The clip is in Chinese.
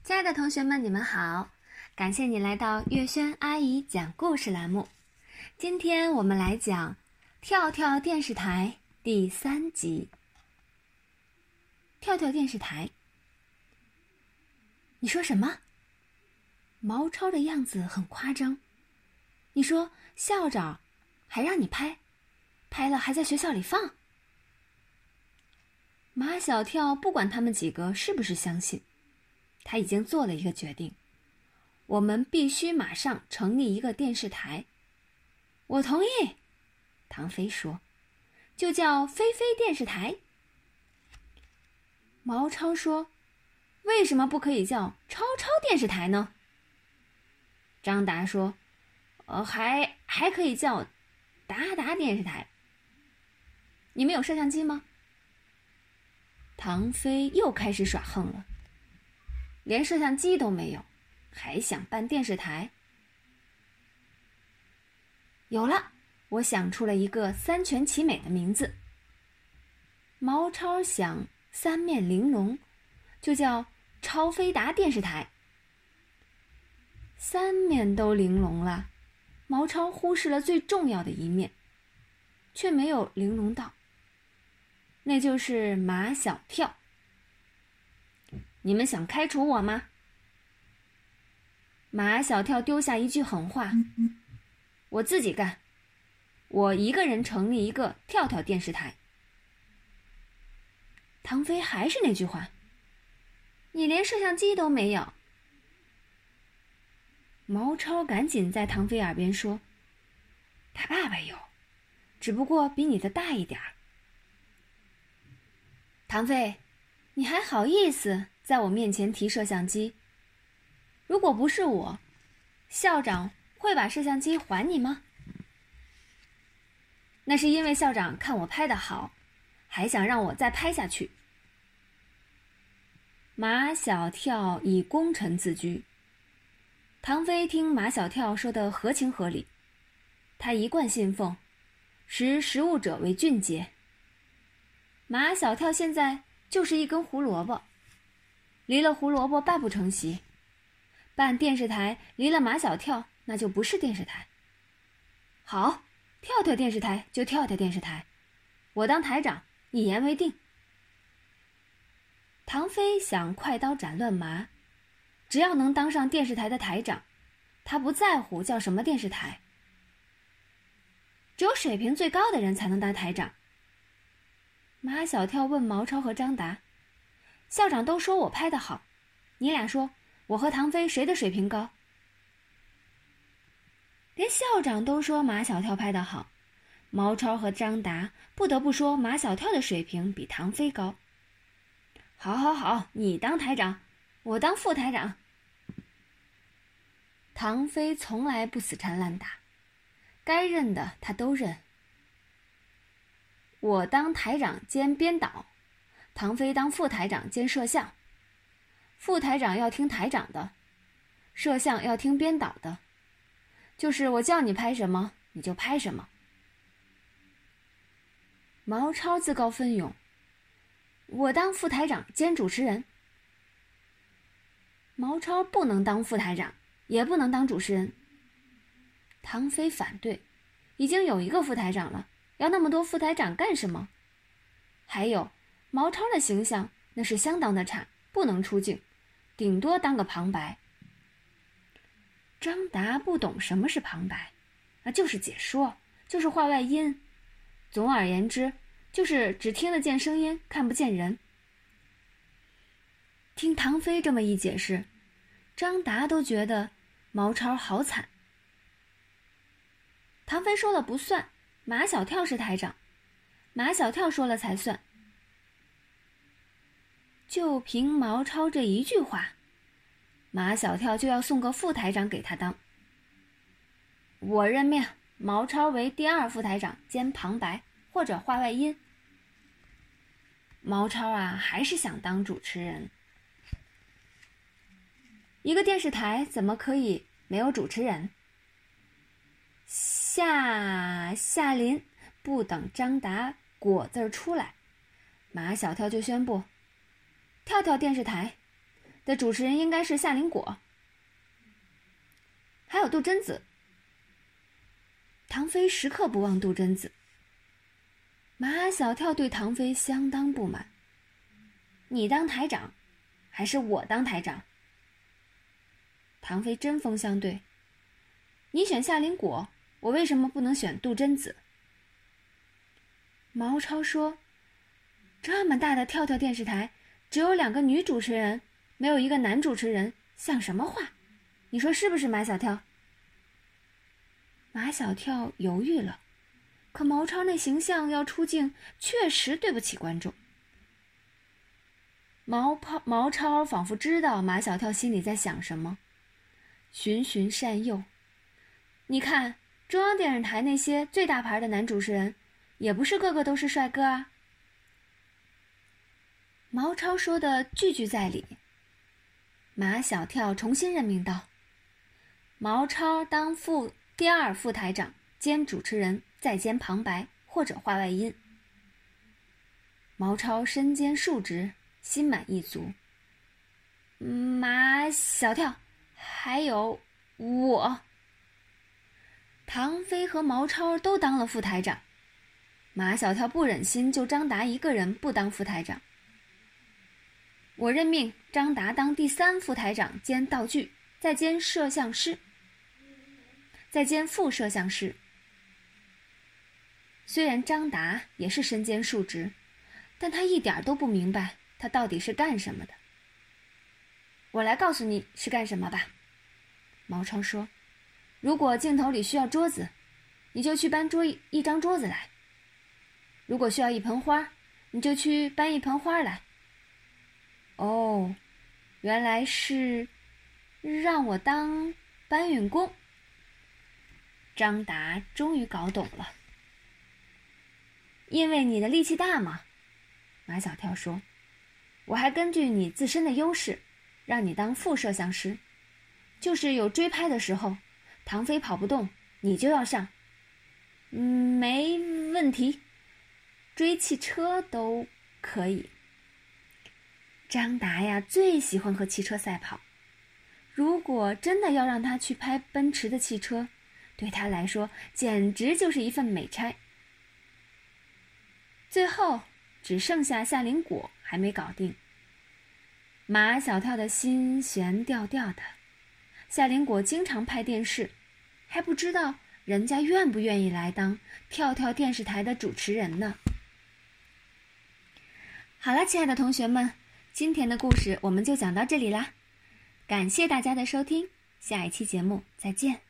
亲爱的同学们，你们好！感谢你来到月轩阿姨讲故事栏目。今天我们来讲《跳跳电视台》第3集。跳跳电视台，你说什么？毛超的样子很夸张。你说校长还让你拍了还在学校里放？马小跳不管他们几个是不是相信，他已经做了一个决定，我们必须马上成立一个电视台。我同意，唐飞说，就叫飞飞电视台。毛超说，为什么不可以叫超超电视台呢？张达说，还可以叫达达电视台。你们有摄像机吗？唐飞又开始耍横了，连摄像机都没有，还想办电视台？有了，我想出了一个三全其美的名字。毛超想三面玲珑，就叫超飞达电视台。三面都玲珑了，毛超忽视了最重要的一面，却没有玲珑到，那就是马小跳。你们想开除我吗？马小跳丢下一句狠话，我自己干，我一个人成立一个跳跳电视台。唐飞还是那句话，你连摄像机都没有。毛超赶紧在唐飞耳边说，他爸爸有，只不过比你的大一点儿。唐飞，你还好意思在我面前提摄像机？如果不是我，校长会把摄像机还你吗？那是因为校长看我拍得好，还想让我再拍下去。马小跳以功臣自居。唐飞听马小跳说得合情合理，他一贯信奉识时务者为俊杰。马小跳现在就是一根胡萝卜，离了胡萝卜半不成席。办电视台离了马小跳，那就不是电视台。好，跳跳电视台就跳跳电视台，我当台长，一言为定。唐飞想快刀斩乱麻，只要能当上电视台的台长，他不在乎叫什么电视台。只有水平最高的人才能当台长。马小跳问毛超和张达，校长都说我拍得好，你俩说我和唐飞谁的水平高？连校长都说马小跳拍得好，毛超和张达不得不说马小跳的水平比唐飞高。好，你当台长，我当副台长。唐飞从来不死缠烂打，该认的他都认。我当台长兼编导，唐飞当副台长兼摄像。副台长要听台长的，摄像要听编导的，就是我叫你拍什么你就拍什么。毛超自告奋勇，我当副台长兼主持人。毛超不能当副台长，也不能当主持人。唐飞反对，已经有一个副台长了，要那么多副台长干什么？还有，毛超的形象那是相当的差，不能出镜，顶多当个旁白。张达不懂什么是旁白，就是解说，就是话外音。总而言之，就是只听得见声音，看不见人。听唐飞这么一解释，张达都觉得毛超好惨。唐飞说了不算，马小跳是台长，马小跳说了才算。就凭毛超这一句话，马小跳就要送个副台长给他当。我任命毛超为第2副台长兼旁白或者话外音。毛超还是想当主持人。一个电视台怎么可以没有主持人？夏林不等张达果字出来，马小跳就宣布跳跳电视台的主持人应该是夏林果，还有杜真子。唐飞时刻不忘杜真子。马小跳对唐飞相当不满，你当台长还是我当台长？唐飞针锋相对，你选夏林果，我为什么不能选杜真子？毛超说，这么大的跳跳电视台，只有2个女主持人，没有一个男主持人，像什么话？你说是不是，马小跳？马小跳犹豫了，可毛超那形象要出镜，确实对不起观众。毛超仿佛知道马小跳心里在想什么，循循善诱。你看中央电视台那些最大牌的男主持人，也不是个个都是帅哥啊。毛超说的句句在理。马小跳重新任命道，毛超当第2副台长兼主持人，再兼旁白或者话外音。毛超身兼数职，心满意足。马小跳还有我。唐飞和毛超都当了副台长，马小跳不忍心就张达一个人不当副台长。我任命张达当第3副台长兼道具，再兼摄像师，再兼副摄像师。虽然张达也是身兼数职，但他一点都不明白他到底是干什么的。我来告诉你是干什么吧。毛超说，如果镜头里需要桌子，你就去搬一张桌子来；如果需要一盆花，你就去搬一盆花来。哦，原来是让我当搬运工。张达终于搞懂了。因为你的力气大嘛，马小跳说，我还根据你自身的优势，让你当副摄像师，就是有追拍的时候，唐飞跑不动，你就要上。没问题，追汽车都可以。张达呀，最喜欢和汽车赛跑。如果真的要让他去拍奔驰的汽车，对他来说简直就是一份美差。最后只剩下夏林果还没搞定。马小跳的心悬吊吊的，夏林果经常拍电视，还不知道人家愿不愿意来当跳跳电视台的主持人呢。好了，亲爱的同学们，今天的故事我们就讲到这里啦，感谢大家的收听，下一期节目再见。